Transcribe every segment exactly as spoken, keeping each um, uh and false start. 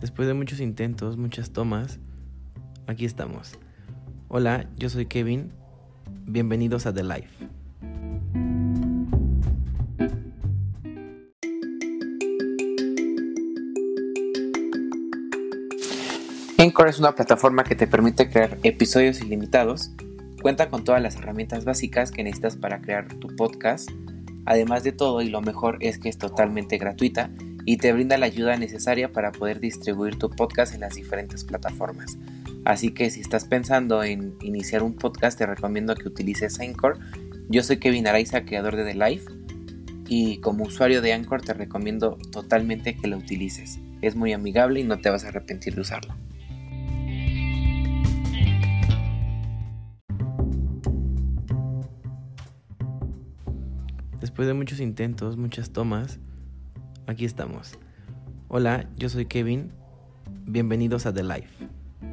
Después de muchos intentos, muchas tomas, aquí estamos. Hola, yo soy Kevin. Bienvenidos a The Life. Anchor es una plataforma que te permite crear episodios ilimitados. Cuenta con todas las herramientas básicas que necesitas para crear tu podcast. Además de todo, y lo mejor es que es totalmente gratuita y te brinda la ayuda necesaria para poder distribuir tu podcast en las diferentes plataformas. Así que si estás pensando en iniciar un podcast, te recomiendo que utilices Anchor. Yo soy Kevin Araiza, creador de The Life, y como usuario de Anchor te recomiendo totalmente que lo utilices. Es muy amigable y no te vas a arrepentir de usarlo. Después de muchos intentos, muchas tomas, aquí estamos. Hola, yo soy Kevin. Bienvenidos a The Life.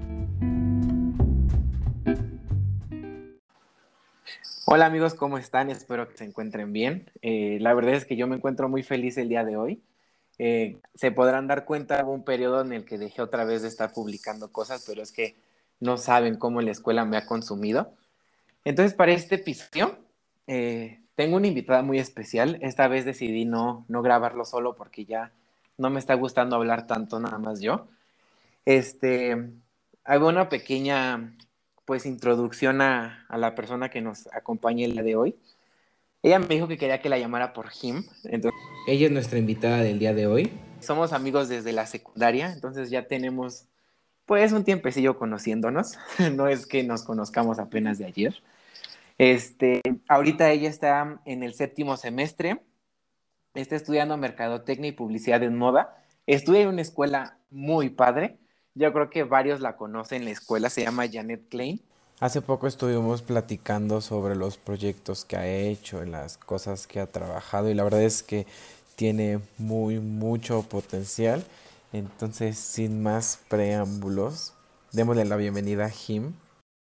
Hola amigos, ¿cómo están? Espero que se encuentren bien. Eh, la verdad es que yo me encuentro muy feliz el día de hoy. Eh, se podrán dar cuenta, hubo un periodo en el que dejé otra vez de estar publicando cosas, pero es que no saben cómo la escuela me ha consumido. Entonces, para este episodio, eh, tengo una invitada muy especial. Esta vez decidí no, no grabarlo solo porque ya no me está gustando hablar tanto, nada más yo. Este, Hago una pequeña, pues, introducción a, a la persona que nos acompaña el día de hoy. Ella me dijo que quería que la llamara por Jim. Entonces, Ella es nuestra invitada del día de hoy. somos amigos desde la secundaria, entonces ya tenemos, pues, un tiempecillo conociéndonos. No es que nos conozcamos apenas de ayer. Este, ahorita ella está en el séptimo semestre, está estudiando mercadotecnia y publicidad en moda. Estudia en una escuela muy padre. Yo creo que varios la conocen, la escuela se llama Janet Klein. Hace poco estuvimos platicando sobre los proyectos que ha hecho y las cosas que ha trabajado y la verdad es que tiene muy mucho potencial. Entonces, sin más preámbulos, démosle la bienvenida a Jim.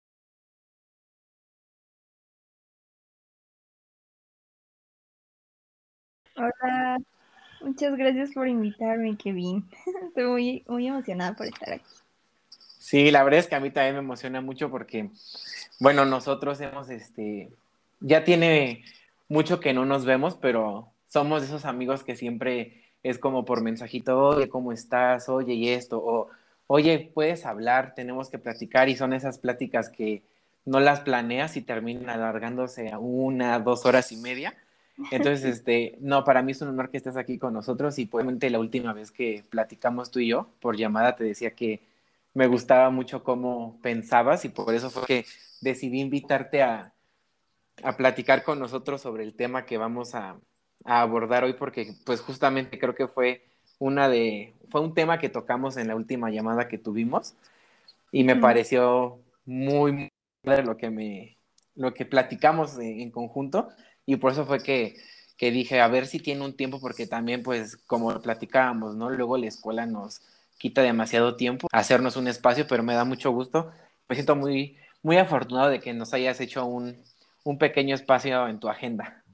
Hola, muchas gracias por invitarme, Kevin. Estoy muy, muy emocionada por estar aquí. Sí, la verdad es que a mí también me emociona mucho porque, bueno, nosotros hemos, este, ya tiene mucho que no nos vemos, pero somos de esos amigos que siempre es como por mensajito, oye, ¿cómo estás? Oye, y esto, o oye, puedes hablar, tenemos que platicar, y son esas pláticas que no las planeas y terminan alargándose a una, dos horas y media. Entonces, este, no, para mí es un honor que estés aquí con nosotros y probablemente la última vez que platicamos tú y yo por llamada te decía que me gustaba mucho cómo pensabas y por eso fue que decidí invitarte a, a platicar con nosotros sobre el tema que vamos a, a abordar hoy porque pues justamente creo que fue una de, fue un tema que tocamos en la última llamada que tuvimos y me Mm. pareció muy, muy padre lo que me, lo que platicamos en, en conjunto y por eso fue que, que dije a ver si tiene un tiempo porque también pues como platicábamos, ¿no? Luego la escuela nos quita demasiado tiempo hacernos un espacio, pero me da mucho gusto. Me siento muy, muy afortunado de que nos hayas hecho un, un pequeño espacio en tu agenda.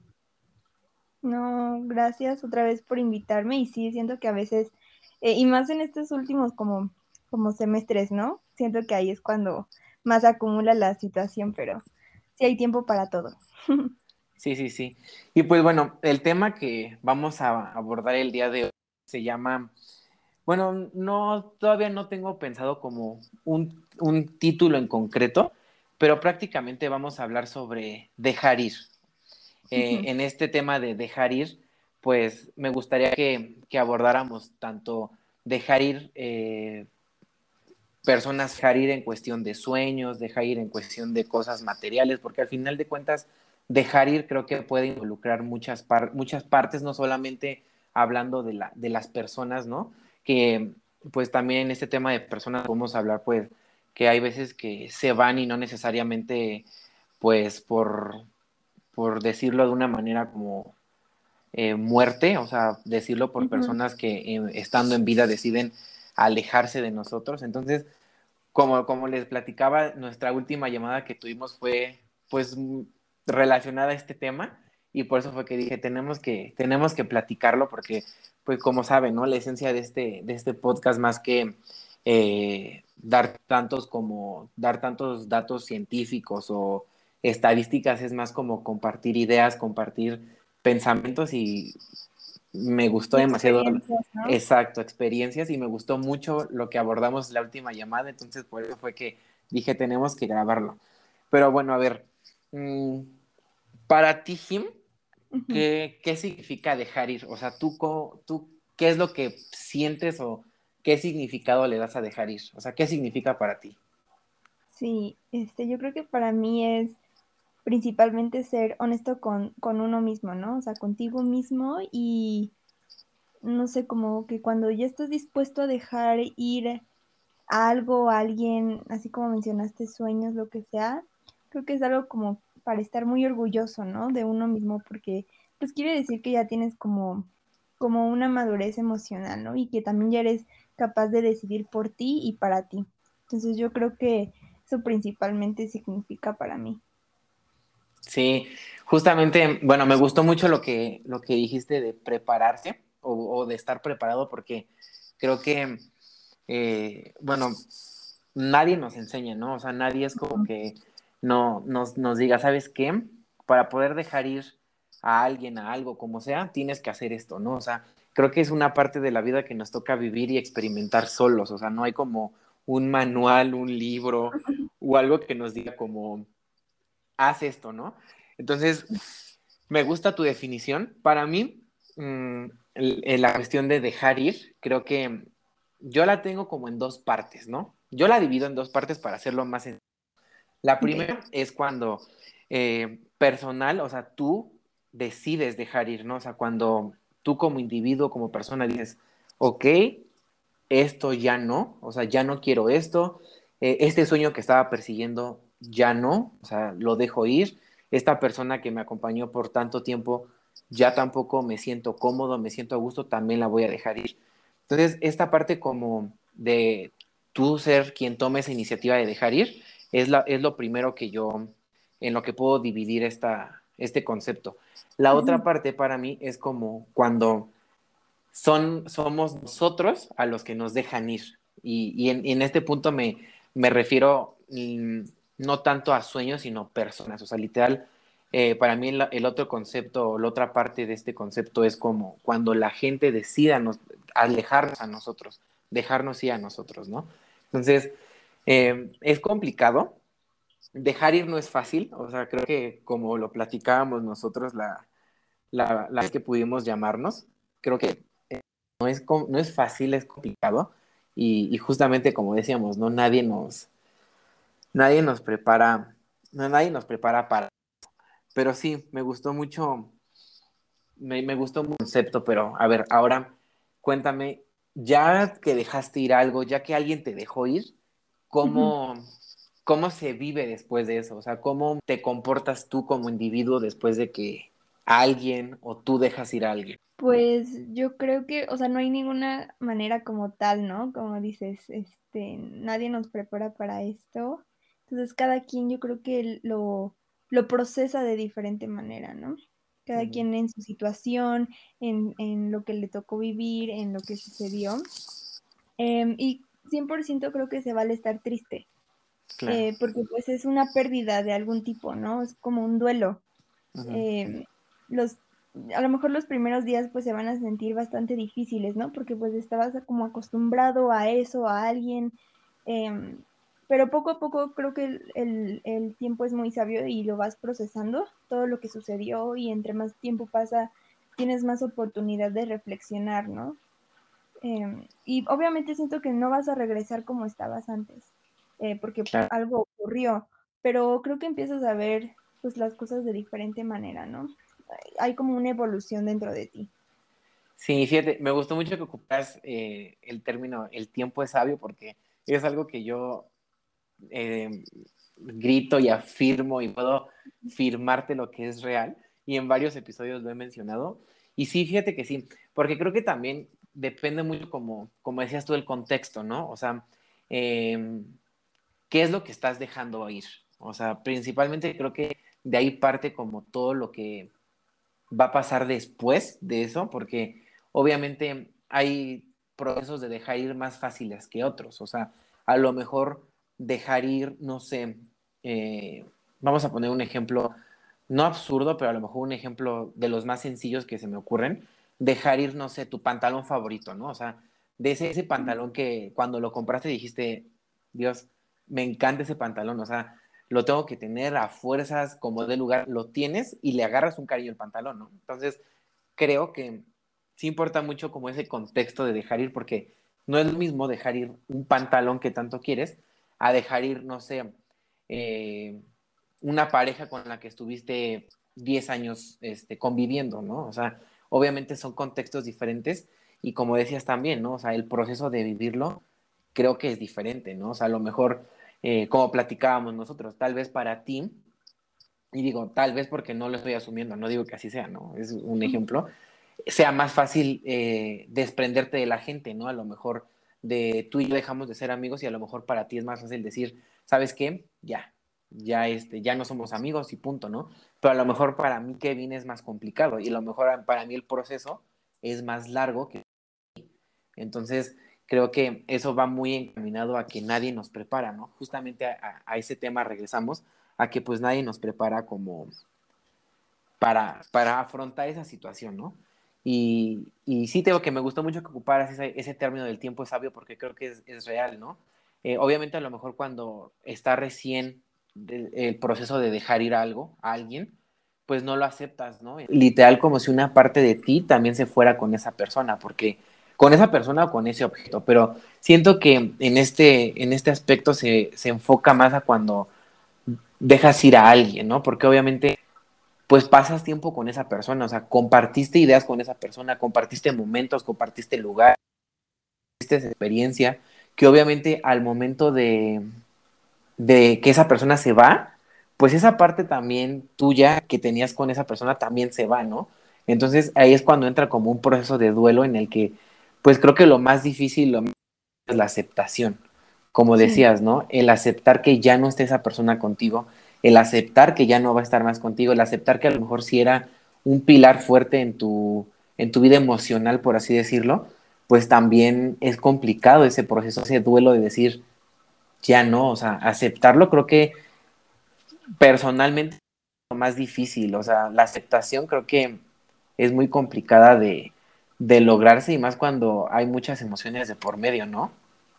No, gracias otra vez por invitarme y sí, siento que a veces, eh, y más en estos últimos como, como semestres, ¿no? Siento que ahí es cuando más acumula la situación, pero sí hay tiempo para todo. Sí, sí, sí. Y pues bueno, el tema que vamos a abordar el día de hoy se llama, bueno, no, todavía no tengo pensado como un, un título en concreto, pero prácticamente vamos a hablar sobre dejar ir. Eh, en este tema de dejar ir, pues me gustaría que, que abordáramos tanto dejar ir eh, personas, dejar ir en cuestión de sueños, dejar ir en cuestión de cosas materiales, porque al final de cuentas, dejar ir creo que puede involucrar muchas, par muchas partes, no solamente hablando de, la, de las personas, ¿no? Que pues también en este tema de personas podemos hablar pues que hay veces que se van y no necesariamente pues por, por decirlo de una manera como eh, muerte, o sea, decirlo por Ujú. personas que eh, estando en vida deciden alejarse de nosotros. Entonces, como, como les platicaba, nuestra última llamada que tuvimos fue pues relacionada a este tema y por eso fue que dije, tenemos que, tenemos que platicarlo porque, pues como saben, ¿no? La esencia de este, de este podcast más que eh, dar tantos como, dar tantos datos científicos o estadísticas es más como compartir ideas, compartir pensamientos y me gustó Y demasiado, experiencias, ¿no? exacto, experiencias y me gustó mucho lo que abordamos en la última llamada, entonces por eso fue que dije, tenemos que grabarlo. Pero bueno, a ver, mmm, para ti, Jim, Ujú. ¿qué, qué significa dejar ir? O sea, ¿tú, co- tú qué es lo que sientes o qué significado le das a dejar ir? O sea, ¿qué significa para ti? Sí, este, yo creo que para mí es principalmente ser honesto con, con uno mismo, ¿no? O sea, contigo mismo y no sé, como que cuando ya estás dispuesto a dejar ir a algo, a alguien, así como mencionaste, sueños, lo que sea, creo que es algo como para estar muy orgulloso, ¿no? De uno mismo, porque pues quiere decir que ya tienes como, como una madurez emocional, ¿no? Y que también ya eres capaz de decidir por ti y para ti. Entonces yo creo que eso principalmente significa para mí. Sí, justamente, bueno, me gustó mucho lo que, lo que dijiste de prepararse o, o de estar preparado porque creo que, eh, bueno, nadie nos enseña, ¿no? O sea, nadie es como que no, nos, nos diga, ¿sabes qué? Para poder dejar ir a alguien, a algo, como sea, tienes que hacer esto, ¿no? O sea, creo que es una parte de la vida que nos toca vivir y experimentar solos, o sea, no hay como un manual, un libro o algo que nos diga como haz esto, ¿no? Entonces, me gusta tu definición. Para mí, mmm, el, el, la cuestión de dejar ir, creo que yo la tengo como en dos partes, ¿no? Yo la divido en dos partes para hacerlo más sencillo. La Ok. primera es cuando eh, personal, o sea, tú decides dejar ir, ¿no? O sea, cuando tú como individuo, como persona dices, ok, esto ya no, o sea, ya no quiero esto, eh, este sueño que estaba persiguiendo ya no, o sea, lo dejo ir, esta persona que me acompañó por tanto tiempo ya tampoco me siento cómodo, me siento a gusto, también la voy a dejar ir. Entonces, esta parte como de tú ser quien tome esa iniciativa de dejar ir, es, la, es lo primero que yo, en lo que puedo dividir esta, este concepto. La otra Ujú. parte para mí es como cuando son, somos nosotros a los que nos dejan ir. Y, y, en, y en, este punto me, me refiero mmm, no tanto a sueños, sino personas. O sea, literal, eh, para mí el, el, otro concepto, la otra parte de este concepto es como cuando la gente decida nos, alejarnos a nosotros, dejarnos ir a nosotros, ¿no? Entonces, eh, es complicado. Dejar ir no es fácil. O sea, creo que como lo platicábamos nosotros la, la, la vez que pudimos llamarnos, creo que no es, no es fácil, es complicado. Y, y justamente como decíamos, ¿no? Nadie nos, nadie nos prepara, no, nadie nos prepara para. Pero sí, me gustó mucho, me, me gustó mucho el concepto, pero a ver, ahora cuéntame, ya que dejaste ir algo, ya que alguien te dejó ir, Ujú. ¿cómo, cómo se vive después de eso? O sea, ¿cómo te comportas tú como individuo después de que alguien o tú dejas ir a alguien? Pues yo creo que, o sea, no hay ninguna manera como tal, ¿no? Como dices, este, nadie nos prepara para esto. Entonces, cada quien yo creo que lo, lo procesa de diferente manera, ¿no? Uh Cada -huh. quien en su situación, en, en lo que le tocó vivir, en lo que sucedió. Em, y cien por ciento creo que se vale estar triste, Claro. eh, porque pues es una pérdida de algún tipo, ¿no? Es como un duelo. Uh -huh. eh, los, a lo mejor los primeros días pues se van a sentir bastante difíciles, ¿no? Porque pues estabas como acostumbrado a eso, a alguien, eh, pero poco a poco creo que el, el, el, tiempo es muy sabio y lo vas procesando, todo lo que sucedió y entre más tiempo pasa, tienes más oportunidad de reflexionar, ¿no? Eh, y obviamente siento que no vas a regresar como estabas antes, eh, porque Claro. algo ocurrió, pero creo que empiezas a ver pues las cosas de diferente manera, ¿no? Hay como una evolución dentro de ti. Sí, fíjate, me gustó mucho que ocupas eh, el término el tiempo es sabio porque es algo que yo eh, grito y afirmo y puedo firmarte lo que es real y en varios episodios lo he mencionado. Y sí, fíjate que sí, porque creo que también depende mucho, como, como decías tú, el contexto, ¿no? O sea, eh, ¿qué es lo que estás dejando ir? O sea, principalmente creo que de ahí parte como todo lo que va a pasar después de eso, porque obviamente hay procesos de dejar ir más fáciles que otros. O sea, a lo mejor dejar ir, no sé, eh, vamos a poner un ejemplo, no absurdo, pero a lo mejor un ejemplo de los más sencillos que se me ocurren, dejar ir, no sé, tu pantalón favorito, ¿no? O sea, de ese, ese pantalón que cuando lo compraste dijiste, Dios, me encanta ese pantalón, o sea, lo tengo que tener a fuerzas como de lugar, lo tienes y le agarras un cariño al pantalón, ¿no? Entonces, creo que sí importa mucho como ese contexto de dejar ir, porque no es lo mismo dejar ir un pantalón que tanto quieres a dejar ir, no sé, eh, una pareja con la que estuviste diez años este, conviviendo, ¿no? O sea, obviamente son contextos diferentes y como decías también, ¿no? O sea, el proceso de vivirlo creo que es diferente, ¿no? O sea, a lo mejor, eh, como platicábamos nosotros, tal vez para ti, y digo, tal vez porque no lo estoy asumiendo, no digo que así sea, ¿no? Es un ejemplo, sea más fácil eh, desprenderte de la gente, ¿no? A lo mejor de tú y yo dejamos de ser amigos y a lo mejor para ti es más fácil decir, ¿sabes qué? Ya, ya, este, ya no somos amigos y punto, ¿no? Pero a lo mejor para mí, Kevin, es más complicado y a lo mejor para mí el proceso es más largo que... Entonces, creo que eso va muy encaminado a que nadie nos prepara, ¿no? Justamente a, a ese tema regresamos, a que pues nadie nos prepara como para, para afrontar esa situación, ¿no? Y, y sí tengo que me gustó mucho que ocuparas ese, ese término del tiempo sabio porque creo que es, es real, ¿no? Eh, obviamente a lo mejor cuando está recién de, el proceso de dejar ir algo, a alguien, pues no lo aceptas, ¿no? Literal como si una parte de ti también se fuera con esa persona, porque con esa persona o con ese objeto, pero siento que en este, en este aspecto se, se enfoca más a cuando dejas ir a alguien, ¿no? Porque obviamente pues pasas tiempo con esa persona, o sea, compartiste ideas con esa persona, compartiste momentos, compartiste lugar, compartiste experiencia, que obviamente al momento de, de que esa persona se va, pues esa parte también tuya que tenías con esa persona también se va, ¿no? Entonces ahí es cuando entra como un proceso de duelo en el que, pues creo que lo más difícil lo más es la aceptación, como Sí, decías, ¿no? El aceptar que ya no esté esa persona contigo, el aceptar que ya no va a estar más contigo, el aceptar que a lo mejor sí era un pilar fuerte en tu, en tu vida emocional, por así decirlo, pues también es complicado ese proceso, ese duelo de decir, ya no, o sea, aceptarlo creo que personalmente es lo más difícil, o sea, la aceptación creo que es muy complicada de, de lograrse y más cuando hay muchas emociones de por medio, ¿no?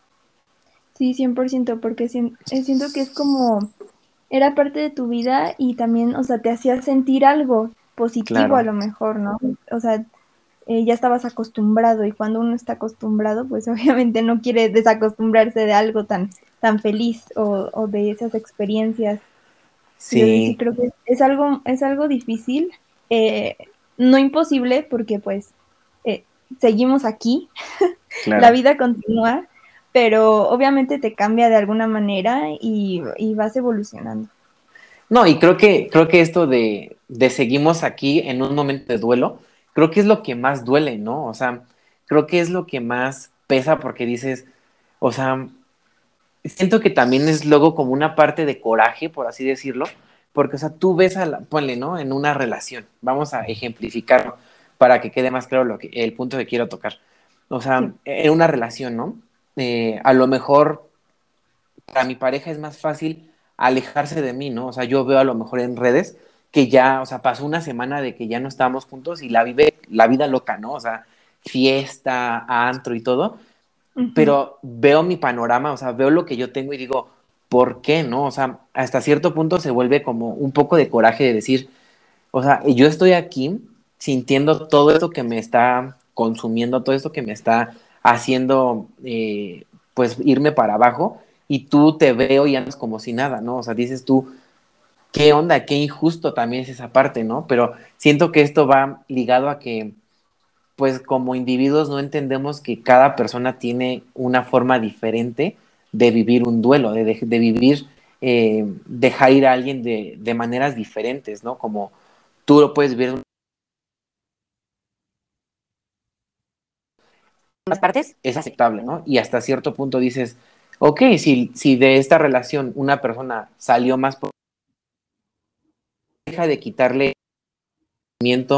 sí, cien por ciento, porque sien- eh, siento que es como, era parte de tu vida y también, o sea, te hacía sentir algo positivo a Claro. lo mejor, ¿no? O sea, eh, ya estabas acostumbrado y cuando uno está acostumbrado, pues obviamente no quiere desacostumbrarse de algo tan, tan feliz o, o de esas experiencias. Entonces sí Sí, creo que es algo, es algo difícil, eh, no imposible, porque pues eh, seguimos aquí, la claro. vida continúa, pero obviamente te cambia de alguna manera y, y vas evolucionando. No, y creo que, creo que esto de, de seguimos aquí en un momento de duelo, creo que es lo que más duele, ¿no? O sea, creo que es lo que más pesa porque dices, o sea, siento que también es luego como una parte de coraje, por así decirlo, porque, o sea, tú ves a la, ponle, ¿no? En una relación, vamos a ejemplificarlo para que quede más claro lo que, el punto que quiero tocar. O sea, Sí, en una relación, ¿no? Eh, a lo mejor para mi pareja es más fácil alejarse de mí, ¿no? O sea, yo veo a lo mejor en redes que ya, o sea, pasó una semana de que ya no estábamos juntos y la vive la vida loca, ¿no? O sea, fiesta, antro y todo, ujú, pero veo mi panorama, o sea, veo lo que yo tengo y digo, ¿por qué no? O sea, hasta cierto punto se vuelve como un poco de coraje de decir, o sea, yo estoy aquí sintiendo todo esto que me está consumiendo, todo esto que me está haciendo, eh, pues, irme para abajo, y tú te veo y andas como si nada, ¿no? O sea, dices tú, ¿qué onda? Qué injusto también es esa parte, ¿no? Pero siento que esto va ligado a que, pues, como individuos no entendemos que cada persona tiene una forma diferente de vivir un duelo, de, de, de vivir, eh, dejar ir a alguien de, de maneras diferentes, ¿no? Como tú lo puedes vivir en unas partes, es aceptable, ¿no? Y hasta cierto punto dices, ok, si, si de esta relación una persona salió más por... deja de quitarle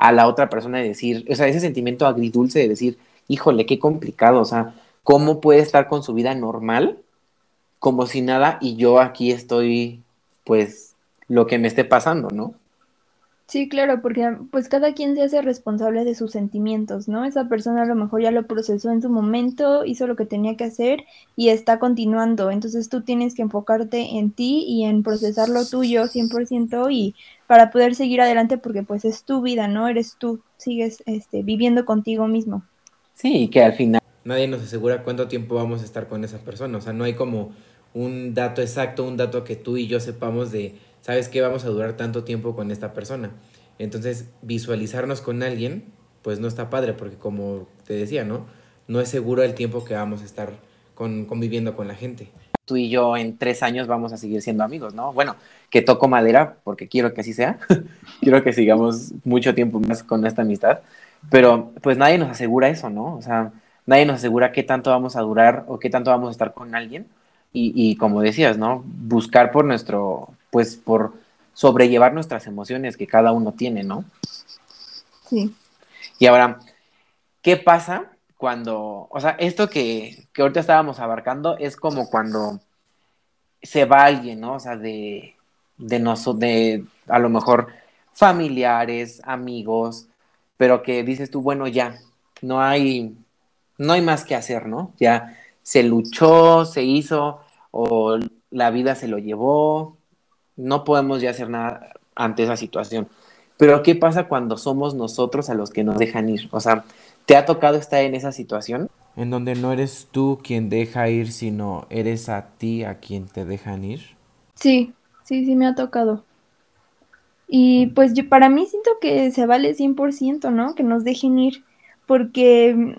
a la otra persona y decir, o sea, ese sentimiento agridulce de decir, híjole, qué complicado, o sea, ¿cómo puede estar con su vida normal, como si nada, y yo aquí estoy, pues, lo que me esté pasando, ¿no? Sí, claro, porque pues cada quien se hace responsable de sus sentimientos, ¿no? Esa persona a lo mejor ya lo procesó en su momento, hizo lo que tenía que hacer y está continuando. Entonces tú tienes que enfocarte en ti y en procesar lo tuyo cien por ciento y para poder seguir adelante porque pues es tu vida, ¿no? Eres tú, sigues este, viviendo contigo mismo. Sí, y que al final Nadie nos asegura cuánto tiempo vamos a estar con esa persona. O sea, no hay como un dato exacto, un dato que tú y yo sepamos de, ¿sabes qué? Vamos a durar tanto tiempo con esta persona. Entonces, visualizarnos con alguien, pues no está padre, porque como te decía, ¿no? No es seguro el tiempo que vamos a estar con, conviviendo con la gente. tú y yo en tres años vamos a seguir siendo amigos, ¿no? Bueno, que toco madera, porque quiero que así sea. Quiero que sigamos mucho tiempo más con esta amistad. Pero pues nadie nos asegura eso, ¿no? O sea, nadie nos asegura qué tanto vamos a durar o qué tanto vamos a estar con alguien. Y, y como decías, ¿no? Buscar por nuestro, pues por sobrellevar nuestras emociones que cada uno tiene, ¿no? Sí. Y ahora, ¿qué pasa cuando, o sea, esto que, que ahorita estábamos abarcando es como cuando se va alguien, ¿no? O sea, de, de nosotros, de a lo mejor familiares, amigos, pero que dices tú, bueno, ya, no hay, no hay más que hacer, ¿no? Ya se luchó, se hizo, o la vida se lo llevó, no podemos ya hacer nada ante esa situación. Pero ¿qué pasa cuando somos nosotros a los que nos dejan ir? O sea, ¿te ha tocado estar en esa situación? En donde no eres tú quien deja ir, sino eres a ti a quien te dejan ir. Sí, sí, sí me ha tocado. Y pues yo, para mí siento que se vale cien por ciento, ¿no? Que nos dejen ir, porque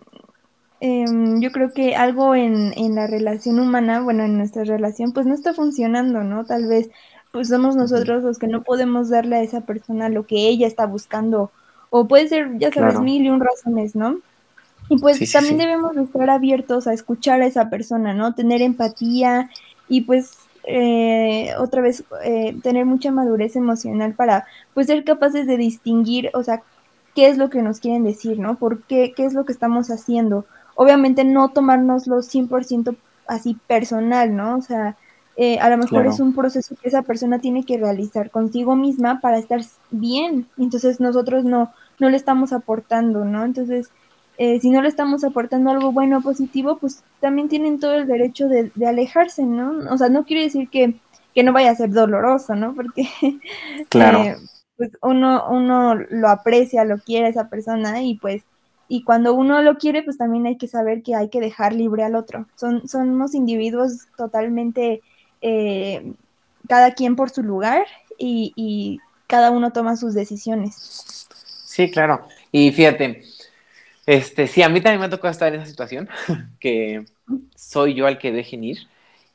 em, yo creo que algo en, en la relación humana, bueno, en nuestra relación, pues no está funcionando, ¿no? Tal vez pues somos Ujú. nosotros los que no podemos darle a esa persona lo que ella está buscando, o puede ser, ya sabes, Claro, mil y un razones, ¿no? Y sí, pues sí, también sí, debemos de estar abiertos a escuchar a esa persona, ¿no? Tener empatía y pues eh, otra vez eh, tener mucha madurez emocional para pues ser capaces de distinguir, o sea, qué es lo que nos quieren decir, ¿no? ¿Por qué? ¿Qué es lo que estamos haciendo? Obviamente no tomárnoslo cien por ciento así personal, ¿no? O sea, eh, a lo mejor es claro. un proceso que esa persona tiene que realizar consigo misma para estar bien. Entonces nosotros no, no le estamos aportando, ¿no? Entonces eh, si no le estamos aportando algo bueno o positivo, pues también tienen todo el derecho de, de alejarse, ¿no? O sea, no quiere decir que, que no vaya a ser doloroso, ¿no? Porque Claro, eh, pues uno, uno lo aprecia, lo quiere a esa persona y pues, y cuando uno lo quiere, pues también hay que saber que hay que dejar libre al otro. Son, somos individuos totalmente, eh, cada quien por su lugar y, y cada uno toma sus decisiones. sí, claro. Y fíjate, este, sí, a mí también me ha tocado estar en esa situación, que soy yo al que dejen ir.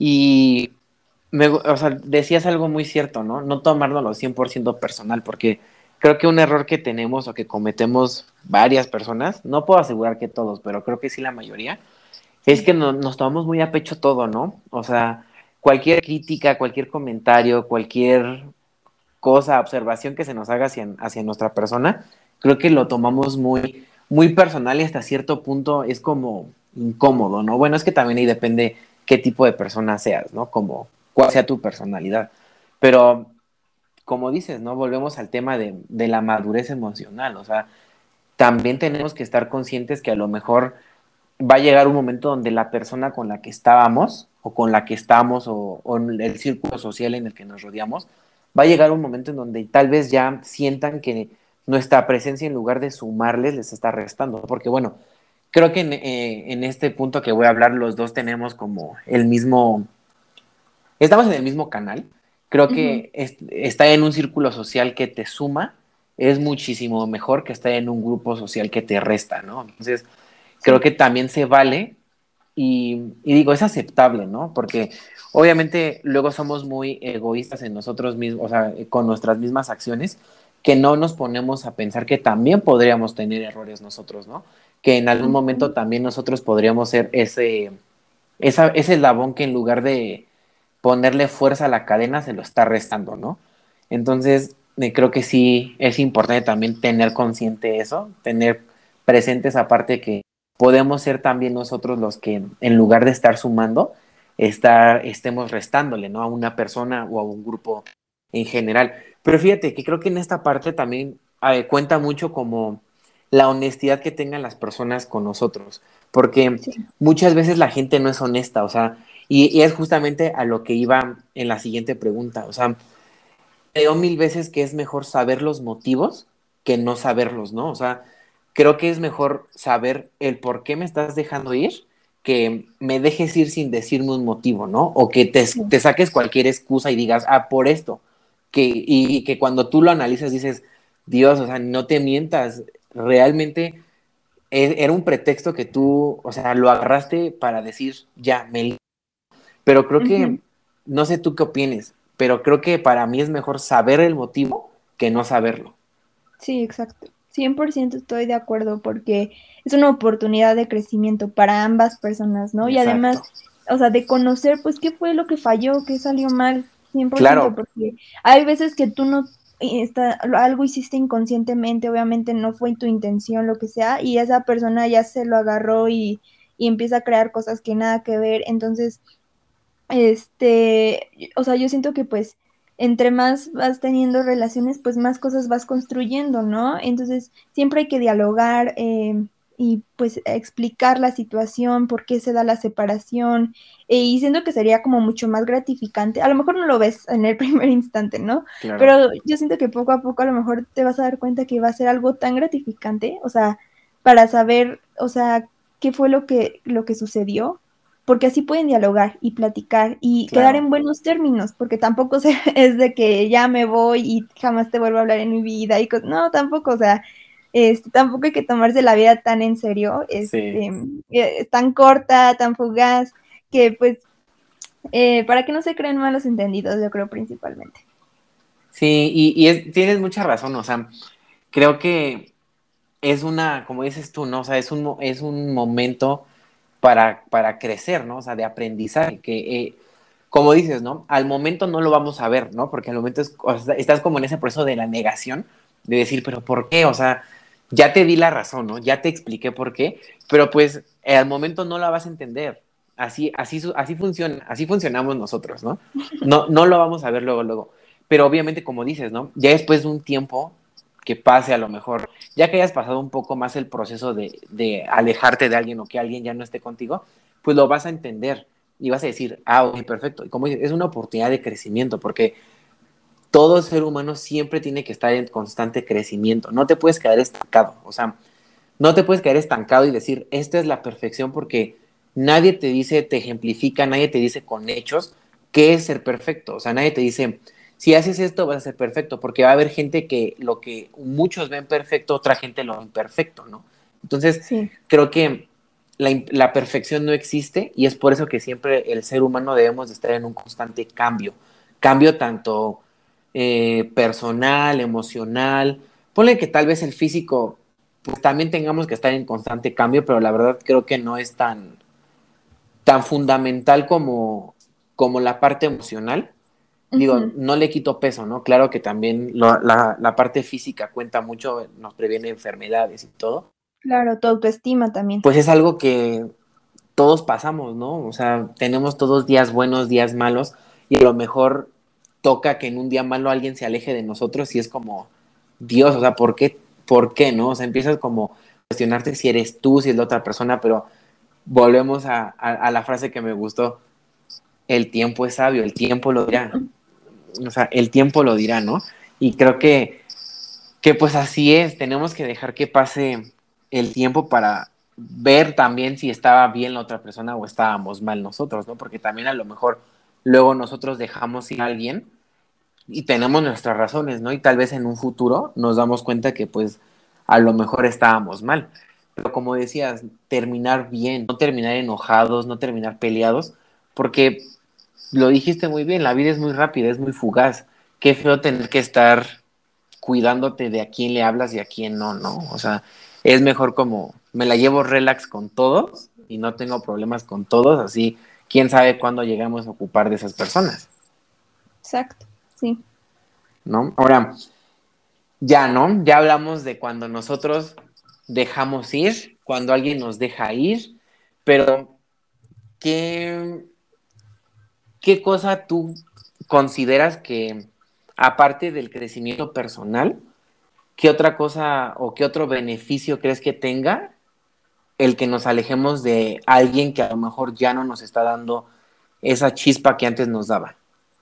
Y, me, o sea, decías algo muy cierto, ¿no? No tomárnoslo cien por ciento personal, porque creo que un error que tenemos o que cometemos varias personas, no puedo asegurar que todos, pero creo que sí la mayoría, es Sí. que no, nos tomamos muy a pecho todo, ¿no? O sea, cualquier crítica, cualquier comentario, cualquier cosa, observación que se nos haga hacia, hacia nuestra persona, creo que lo tomamos muy, muy personal y hasta cierto punto es como incómodo, ¿no? Bueno, es que también ahí depende qué tipo de persona seas, ¿no? Como cuál sea tu personalidad. Pero, como dices, ¿no? Volvemos al tema de, de la madurez emocional, o sea, también tenemos que estar conscientes que a lo mejor va a llegar un momento donde la persona con la que estábamos o con la que estamos o, o en el círculo social en el que nos rodeamos, va a llegar un momento en donde tal vez ya sientan que nuestra presencia en lugar de sumarles les está restando. Porque bueno, creo que en, eh, en este punto que voy a hablar los dos tenemos como el mismo, estamos en el mismo canal. Creo Ujú. que es, estar en un círculo social que te suma es muchísimo mejor que estar en un grupo social que te resta, ¿no? Entonces, creo Sí. que también se vale y, y digo, es aceptable, ¿no? Porque obviamente luego somos muy egoístas en nosotros mismos, o sea, con nuestras mismas acciones, que no nos ponemos a pensar que también podríamos tener errores nosotros, ¿no? Que en algún momento Ujú. también nosotros podríamos ser ese, esa, ese eslabón que en lugar de ponerle fuerza a la cadena se lo está restando, ¿no? Entonces, eh, creo que sí es importante también tener consciente eso, tener presente esa parte que podemos ser también nosotros los que en lugar de estar sumando, estar, estemos restándole, ¿no? A una persona o a un grupo en general. Pero fíjate que creo que en esta parte también eh, cuenta mucho como la honestidad que tengan las personas con nosotros, porque Sí. muchas veces la gente no es honesta, o sea, y, y es justamente a lo que iba en la siguiente pregunta, o sea, creo mil veces que es mejor saber los motivos que no saberlos, ¿no? O sea, creo que es mejor saber el por qué me estás dejando ir que me dejes ir sin decirme un motivo, ¿no? O que te, Sí. te saques cualquier excusa y digas, ah, por esto. Que, y, y que cuando tú lo analizas dices, Dios, o sea, no te mientas, realmente e- era un pretexto que tú, o sea, lo agarraste para decir, ya, me... Pero creo que, Ujú. no sé tú qué opines, pero creo que para mí es mejor saber el motivo que no saberlo. Sí, exacto. Cien por ciento estoy de acuerdo porque es una oportunidad de crecimiento para ambas personas, ¿no? Y además, Exacto. o sea, de conocer, pues, qué fue lo que falló, qué salió mal, cien por ciento, Claro, porque hay veces que tú no, eh, está, algo hiciste inconscientemente, obviamente no fue tu intención, lo que sea, y esa persona ya se lo agarró y, y empieza a crear cosas que nada que ver. Entonces, este, o sea, yo siento que pues entre más vas teniendo relaciones, pues más cosas vas construyendo, ¿no? Entonces, siempre hay que dialogar eh, y pues explicar la situación, por qué se da la separación, eh, y siento que sería como mucho más gratificante. A lo mejor no lo ves en el primer instante, ¿no? claro, Pero yo siento que poco a poco a lo mejor te vas a dar cuenta que va a ser algo tan gratificante, o sea, para saber, o sea, qué fue lo que, lo que sucedió, porque así pueden dialogar y platicar y quedar claro. en buenos términos, porque tampoco se, es de que ya me voy y jamás te vuelvo a hablar en mi vida y no, tampoco, o sea, este, tampoco hay que tomarse la vida tan en serio, Sí. este, eh, es tan corta, tan fugaz, que pues, eh, para que no se creen malos entendidos, yo creo principalmente. Sí, y, y es, tienes mucha razón, o sea, creo que es una, como dices tú, ¿no? O sea, es un, mo- es un momento para, para crecer, ¿no? O sea, de aprendizaje, que, eh, como dices, ¿no? Al momento no lo vamos a ver, ¿no? Porque al momento es- o sea, estás como en ese proceso de la negación, de decir, pero ¿por qué? O sea, ya te di la razón, ¿no? Ya te expliqué por qué, pero pues eh, al momento no la vas a entender. Así, así, su- así funciona, así funcionamos nosotros, ¿no? No, no lo vamos a ver luego, luego. Pero obviamente, como dices, ¿no? Ya después de un tiempo que pase a lo mejor, ya que hayas pasado un poco más el proceso de, de alejarte de alguien o que alguien ya no esté contigo, pues lo vas a entender y vas a decir, ah, ok, perfecto. Y como dices, es una oportunidad de crecimiento, porque todo ser humano siempre tiene que estar en constante crecimiento. No te puedes quedar estancado. O sea, no te puedes quedar estancado y decir, esta es la perfección, porque nadie te dice, te ejemplifica, nadie te dice con hechos qué es ser perfecto. O sea, nadie te dice, si haces esto vas a ser perfecto, porque va a haber gente que lo que muchos ven perfecto, otra gente lo ven imperfecto, ¿no? Entonces, Sí. creo que la, la perfección no existe y es por eso que siempre el ser humano debemos de estar en un constante cambio. Cambio tanto eh, personal, emocional. Ponle que tal vez el físico pues también tengamos que estar en constante cambio, pero la verdad creo que no es tan, tan fundamental como, como la parte emocional. Digo, Ujú. no le quito peso, ¿no? Claro que también lo, la, la parte física cuenta mucho, nos previene enfermedades y todo. Claro, tu autoestima también. Pues es algo que todos pasamos, ¿no? O sea, tenemos todos días buenos, días malos, y a lo mejor toca que en un día malo alguien se aleje de nosotros y es como, Dios, o sea, ¿por qué? ¿Por qué, no? O sea, empiezas como a cuestionarte si eres tú, si es la otra persona, pero volvemos a, a, a la frase que me gustó, el tiempo es sabio, el tiempo lo dirá, o sea, el tiempo lo dirá, ¿no? Y creo que que pues así es, tenemos que dejar que pase el tiempo para ver también si estaba bien la otra persona o estábamos mal nosotros, ¿no? Porque también a lo mejor luego nosotros dejamos ir a alguien y tenemos nuestras razones, ¿no? Y tal vez en un futuro nos damos cuenta que pues a lo mejor estábamos mal. Pero como decías, terminar bien, no terminar enojados, no terminar peleados, porque lo dijiste muy bien, la vida es muy rápida, es muy fugaz. Qué feo tener que estar cuidándote de a quién le hablas y a quién no, ¿no? O sea, es mejor como me la llevo relax con todos y no tengo problemas con todos, así quién sabe cuándo llegamos a ocupar de esas personas, Exacto, sí. ¿no? Ahora, ya, ¿no? Ya hablamos de cuando nosotros dejamos ir, cuando alguien nos deja ir, pero ¿qué, qué cosa tú consideras que, aparte del crecimiento personal, qué otra cosa o qué otro beneficio crees que tenga el que nos alejemos de alguien que a lo mejor ya no nos está dando esa chispa que antes nos daba?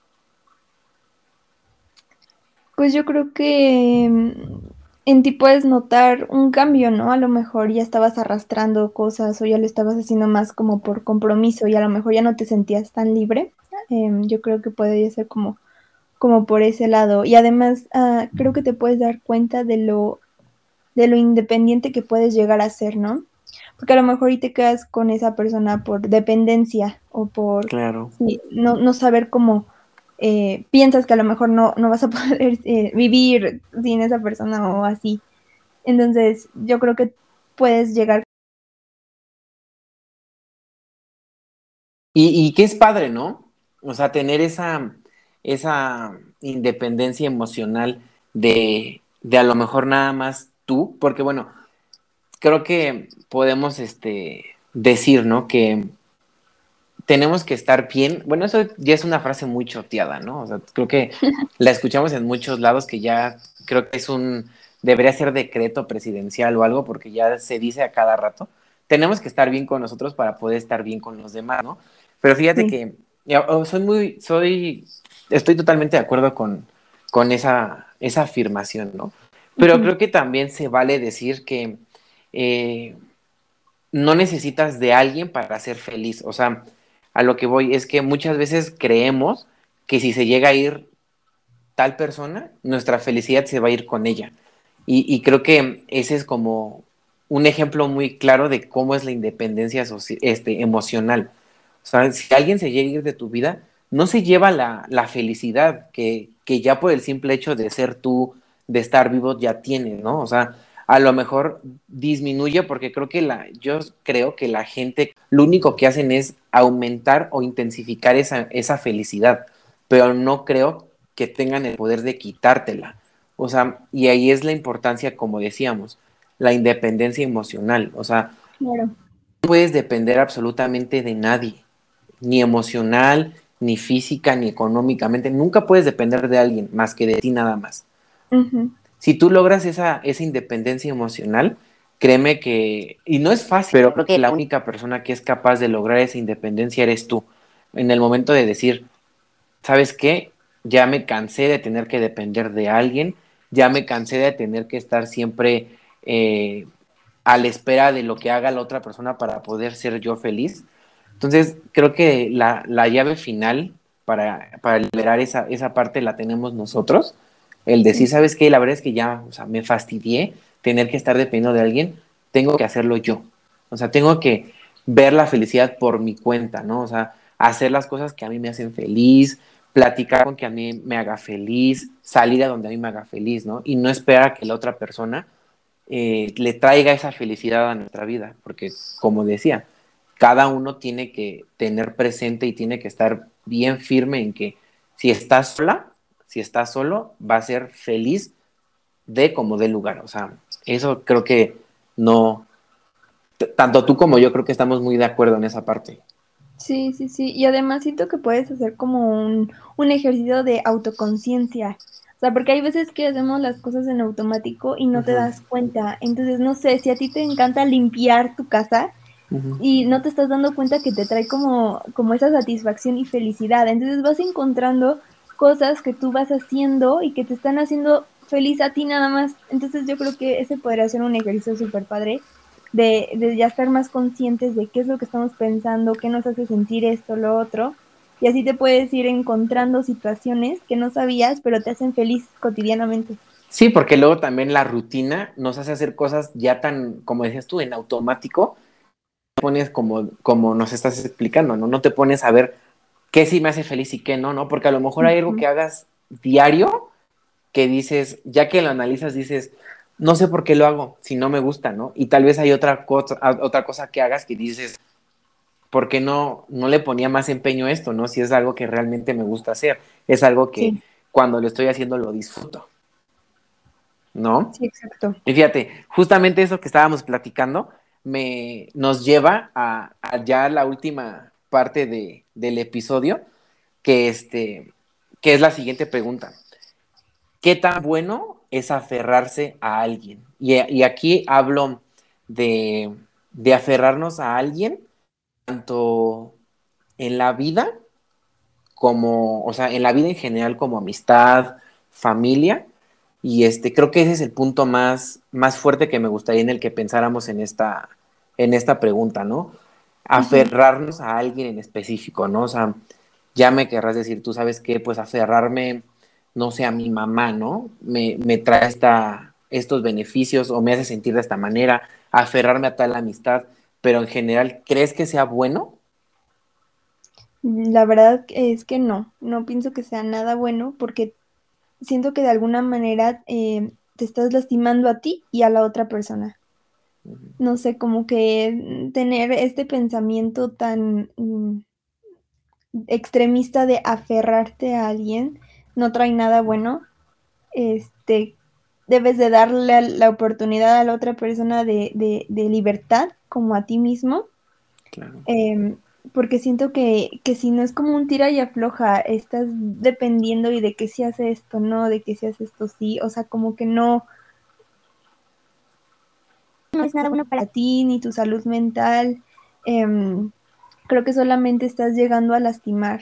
Pues yo creo que mm, en ti puedes notar un cambio, ¿no? A lo mejor ya estabas arrastrando cosas o ya lo estabas haciendo más como por compromiso y a lo mejor ya no te sentías tan libre. Em, yo creo que podría ser como, como por ese lado. Y además, ah, creo que te puedes dar cuenta de lo, de lo independiente que puedes llegar a ser, ¿no? Porque a lo mejor y te quedas con esa persona por dependencia o por Claro. sí, no, no saber cómo eh, piensas que a lo mejor no, no vas a poder eh, vivir sin esa persona o así. Entonces, yo creo que puedes llegar. Y, y que es padre, ¿no? O sea, tener esa, esa independencia emocional de, de a lo mejor nada más tú, porque bueno, creo que podemos este, decir, ¿no? Que tenemos que estar bien. Bueno, eso ya es una frase muy choteada, ¿no? O sea, creo que la escuchamos en muchos lados que ya creo que es un, debería ser decreto presidencial o algo, porque ya se dice a cada rato. Tenemos que estar bien con nosotros para poder estar bien con los demás, ¿no? Pero fíjate Sí. que ya, oh, soy muy, soy, estoy totalmente de acuerdo con, con esa, esa afirmación, ¿no? Pero Ujú. creo que también se vale decir que eh, no necesitas de alguien para ser feliz. O sea, a lo que voy es que muchas veces creemos que si se llega a ir tal persona, nuestra felicidad se va a ir con ella. Y, y creo que ese es como un ejemplo muy claro de cómo es la independencia soci- este, emocional. O sea, si alguien se llega a ir de tu vida, no se lleva la, la felicidad que, que ya por el simple hecho de ser tú, de estar vivo, ya tienes, ¿no? O sea, a lo mejor disminuye porque creo que la, yo creo que la gente lo único que hacen es aumentar o intensificar esa, esa felicidad, pero no creo que tengan el poder de quitártela. O sea, y ahí es la importancia, como decíamos, la independencia emocional. O sea, Claro. no puedes depender absolutamente de nadie, ni emocional, ni física, ni económicamente. Nunca puedes depender de alguien más que de ti nada más. Ujú. Si tú logras esa, esa independencia emocional, créeme que, y no es fácil, pero creo que la única persona que es capaz de lograr esa independencia eres tú. En el momento de decir, ¿sabes qué? Ya me cansé de tener que depender de alguien, ya me cansé de tener que estar siempre eh, a la espera de lo que haga la otra persona para poder ser yo feliz. Entonces, creo que la, la llave final para, para liberar esa, esa parte la tenemos nosotros. El decir, Sí. ¿sabes qué? La verdad es que ya, o sea, me fastidié tener que estar dependiendo de alguien, tengo que hacerlo yo. O sea, tengo que ver la felicidad por mi cuenta, ¿no? O sea, hacer las cosas que a mí me hacen feliz, platicar con que a mí me haga feliz, salir a donde a mí me haga feliz, ¿no? Y no esperar a que la otra persona eh, le traiga esa felicidad a nuestra vida, porque como decía, cada uno tiene que tener presente y tiene que estar bien firme en que si está sola, si está solo, va a ser feliz de como de lugar. O sea, eso creo que no, t- tanto tú como yo creo que estamos muy de acuerdo en esa parte. Sí, sí, sí. Y además siento que puedes hacer como un, un ejercicio de autoconciencia. O sea, porque hay veces que hacemos las cosas en automático y no te Ujú, das cuenta. Entonces, no sé, si a ti te encanta limpiar tu casa ujú. y no te estás dando cuenta que te trae como, como esa satisfacción y felicidad. Entonces vas encontrando cosas que tú vas haciendo y que te están haciendo feliz a ti nada más. Entonces yo creo que ese podría ser un ejercicio súper padre de, de ya estar más conscientes de qué es lo que estamos pensando, qué nos hace sentir esto, lo otro. Y así te puedes ir encontrando situaciones que no sabías, pero te hacen feliz cotidianamente. Sí, porque luego también la rutina nos hace hacer cosas ya tan, como decías tú, en automático, pones como, como nos estás explicando, ¿no? No te pones a ver qué sí me hace feliz y qué no, ¿no? Porque a lo mejor hay algo Ujú. que hagas diario que dices, ya que lo analizas, dices, no sé por qué lo hago, si no me gusta, ¿no? Y tal vez hay otra cosa, otra cosa que hagas que dices, ¿por qué no, no le ponía más empeño a esto, ¿no? Si es algo que realmente me gusta hacer, es algo que Sí. cuando lo estoy haciendo lo disfruto. ¿no? Sí, exacto. Y fíjate, justamente eso que estábamos platicando me, nos lleva a, a ya la última parte de, del episodio, que, este, que es la siguiente pregunta. ¿Qué tan bueno es aferrarse a alguien? Y, y aquí hablo de, de aferrarnos a alguien, tanto en la vida como, o sea, en la vida en general como amistad, familia, y este, creo que ese es el punto más, más fuerte que me gustaría en el que pensáramos en esta, en esta pregunta, ¿no? Ujú. Aferrarnos a alguien en específico, ¿no? O sea, ya me querrás decir, tú sabes qué, pues aferrarme, no sé, a mi mamá, ¿no? Me, me trae esta, estos beneficios o me hace sentir de esta manera, aferrarme a tal amistad, pero en general, ¿crees que sea bueno? La verdad es que no, no pienso que sea nada bueno porque siento que de alguna manera eh, te estás lastimando a ti y a la otra persona. No sé, como que mm, tener este pensamiento tan mm, extremista de aferrarte a alguien no trae nada bueno. Este, debes de darle a- la oportunidad a la otra persona de, de- de libertad, como a ti mismo, Claro. em, porque siento que, que si no es como un tira y afloja, estás dependiendo y de que si hace esto no, de que si hace esto sí, o sea, como que no, no es nada bueno para ti ni tu salud mental. em, Creo que solamente estás llegando a lastimar.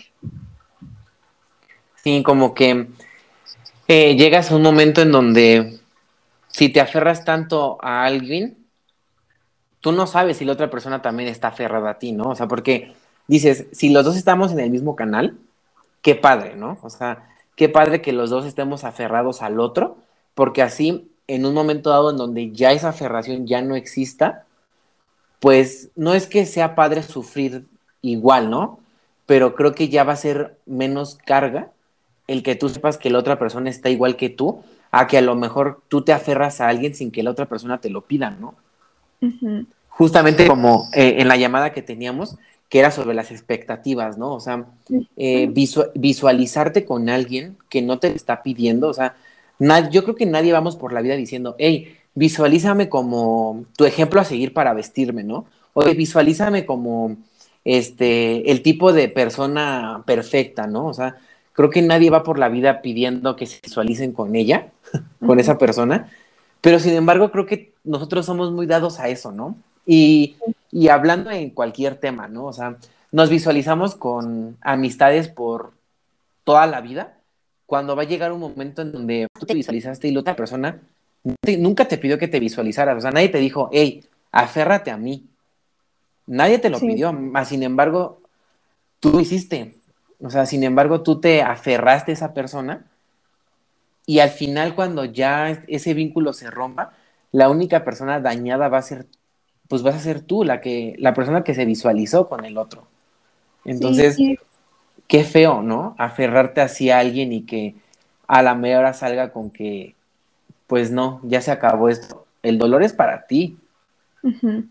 Sí, como que eh, llegas a un momento en donde si te aferras tanto a alguien, tú no sabes si la otra persona también está aferrada a ti, ¿no? O sea, porque dices, si los dos estamos en el mismo canal, qué padre, ¿no? O sea, qué padre que los dos estemos aferrados al otro, porque así, en un momento dado en donde ya esa aferración ya no exista, pues no es que sea padre sufrir igual, ¿no? Pero creo que ya va a ser menos carga el que tú sepas que la otra persona está igual que tú, a que a lo mejor tú te aferras a alguien sin que la otra persona te lo pida, ¿no? Ujú. Justamente como eh, en la llamada que teníamos, que era sobre las expectativas, ¿no? O sea, eh, Ujú. visu visualizarte con alguien que no te está pidiendo, o sea, yo creo que nadie vamos por la vida diciendo, hey, visualízame como tu ejemplo a seguir para vestirme, ¿no? Oye, visualízame como este, el tipo de persona perfecta, ¿no? O sea, creo que nadie va por la vida pidiendo que se visualicen con ella, con Ujú. esa persona, pero sin embargo creo que nosotros somos muy dados a eso, ¿no? Y, y hablando en cualquier tema, ¿no? O sea, nos visualizamos con amistades por toda la vida, cuando va a llegar un momento en donde tú te visualizaste y la otra persona te- nunca te pidió que te visualizaras, o sea, nadie te dijo, hey, aférrate a mí, nadie te lo Sí, pidió, más sin embargo, tú lo hiciste, o sea, sin embargo, tú te aferraste a esa persona y al final cuando ya ese vínculo se rompa, la única persona dañada va a ser, pues vas a ser tú, la que, la persona que se visualizó con el otro. sí, Entonces, y qué feo, ¿no? Aferrarte así a alguien y que a la media hora salga con que, pues no, ya se acabó esto. El dolor es para ti. ujú.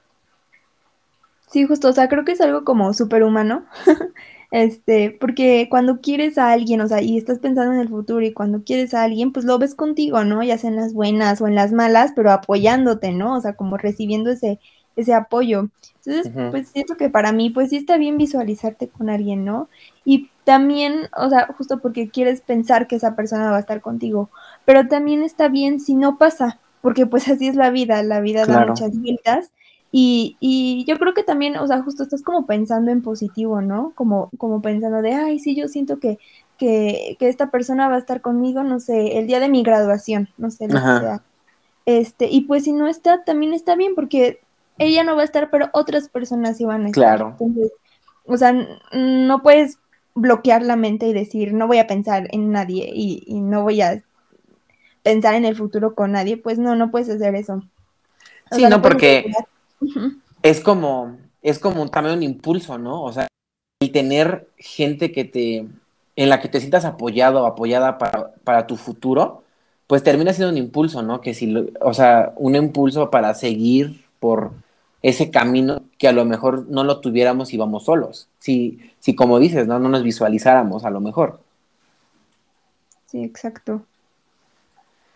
Sí, justo, o sea, creo que es algo como superhumano, este, porque cuando quieres a alguien, o sea, y estás pensando en el futuro y cuando quieres a alguien, pues lo ves contigo, ¿no? Ya sea en las buenas o en las malas, pero apoyándote, ¿no? O sea, como recibiendo ese, ese apoyo. Entonces, Ujú. pues siento que para mí, pues sí está bien visualizarte con alguien, ¿no? Y también, o sea, justo porque quieres pensar que esa persona va a estar contigo, pero también está bien si no pasa, porque pues así es la vida, la vida da Claro. muchas vueltas y, y yo creo que también, o sea, justo estás como pensando en positivo, ¿no? Como, como pensando de, ay, sí, yo siento que, que, que esta persona va a estar conmigo, no sé, el día de mi graduación, no sé, lo que Ajá. sea. Este, y pues si no está, también está bien, porque ella no va a estar, pero otras personas sí van a estar. Claro. Entonces, o sea, n- no puedes bloquear la mente y decir, no voy a pensar en nadie y, y no voy a pensar en el futuro con nadie. Pues no, no puedes hacer eso. O Sí, sea, no no, puedes porque asegurar. Ujú. es como, es como un- también un impulso, ¿no? O sea, el tener gente que te, en la que te sientas apoyado o apoyada para, para tu futuro, pues termina siendo un impulso, ¿no? Que si, lo- o sea, un impulso para seguir por ese camino que a lo mejor no lo tuviéramos si vamos solos. Si, si como dices, ¿no? No nos visualizáramos a lo mejor. Sí, exacto.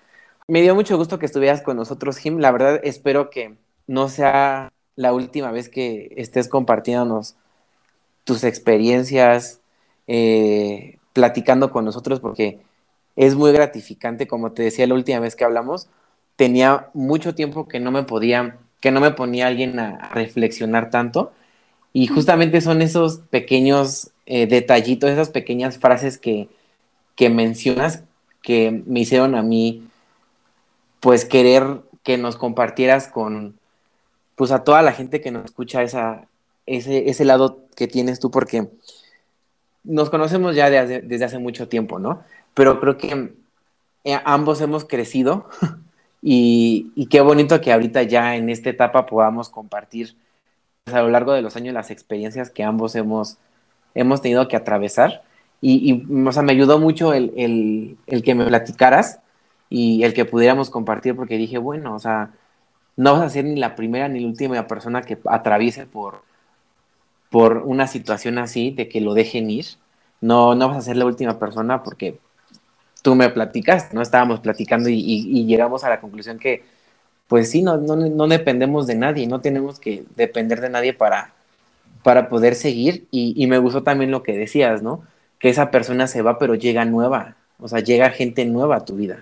Me dio mucho gusto que estuvieras con nosotros, Jim. La verdad, espero que no sea la última vez que estés compartiéndonos tus experiencias, eh, platicando con nosotros, porque es muy gratificante, como te decía la última vez que hablamos, tenía mucho tiempo que no me podía, que no me ponía alguien a reflexionar tanto, y justamente son esos pequeños eh, detallitos, esas pequeñas frases que, que mencionas que me hicieron a mí, pues, querer que nos compartieras con, pues, a toda la gente que nos escucha esa, ese, ese lado que tienes tú, porque nos conocemos ya de hace- desde hace mucho tiempo, ¿no? Pero creo que eh, ambos hemos crecido y, y qué bonito que ahorita ya en esta etapa podamos compartir, pues, a lo largo de los años las experiencias que ambos hemos, hemos tenido que atravesar. Y, y, o sea, me ayudó mucho el, el, el que me platicaras y el que pudiéramos compartir, porque dije, bueno, o sea, no vas a ser ni la primera ni la última persona que atraviese por, por una situación así, de que lo dejen ir. No, no vas a ser la última persona porque tú me platicas, ¿no? Estábamos platicando y, y, y llegamos a la conclusión que, pues sí, no, no, no dependemos de nadie, no tenemos que depender de nadie para, para poder seguir. Y, y me gustó también lo que decías, ¿no? Que esa persona se va, pero llega nueva, o sea, llega gente nueva a tu vida.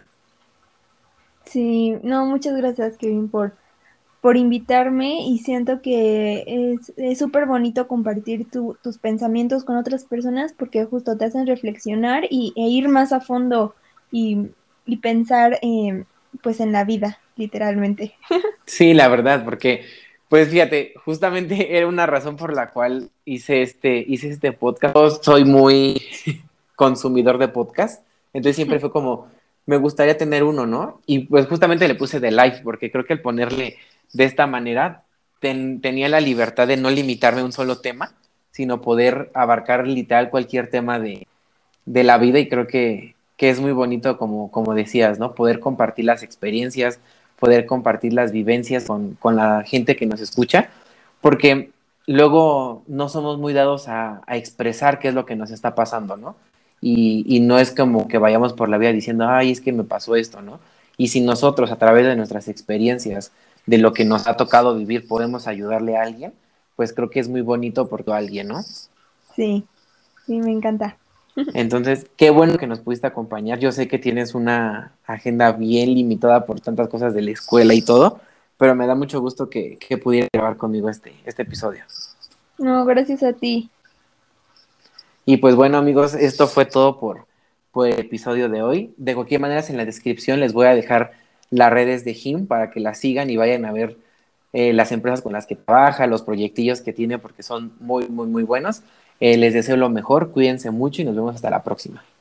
Sí, no, muchas gracias, Kevin, por, por invitarme y siento que es es súper bonito compartir tu- tus pensamientos con otras personas porque justo te hacen reflexionar y, e ir más a fondo y, y pensar eh, pues en la vida, literalmente. Sí, la verdad, porque, pues fíjate, justamente era una razón por la cual hice este, hice este podcast. Yo soy muy consumidor de podcast, entonces siempre fue como, me gustaría tener uno, ¿no? Y pues justamente le puse de live, porque creo que el ponerle de esta manera ten- tenía la libertad de no limitarme a un solo tema, sino poder abarcar literal cualquier tema de, de la vida, y creo que, que es muy bonito, como, como decías, ¿no? Poder compartir las experiencias, poder compartir las vivencias con, con la gente que nos escucha, porque luego no somos muy dados a, a expresar qué es lo que nos está pasando, ¿no? Y, y no es como que vayamos por la vida diciendo, ay, es que me pasó esto, ¿no? Y si nosotros, a través de nuestras experiencias, de lo que nos ha tocado vivir, podemos ayudarle a alguien, pues creo que es muy bonito por todo alguien, ¿no? Sí, sí, me encanta. Entonces, qué bueno que nos pudiste acompañar. Yo sé que tienes una agenda bien limitada por tantas cosas de la escuela y todo, pero me da mucho gusto que, que pudieras grabar conmigo este, este episodio. No, gracias a ti. Y pues bueno, amigos, esto fue todo por, por el episodio de hoy. De cualquier manera, en la descripción les voy a dejar las redes de Jim para que las sigan y vayan a ver eh, las empresas con las que trabaja, los proyectillos que tiene, porque son muy, muy, muy buenos. Eh, les deseo lo mejor, cuídense mucho y nos vemos hasta la próxima.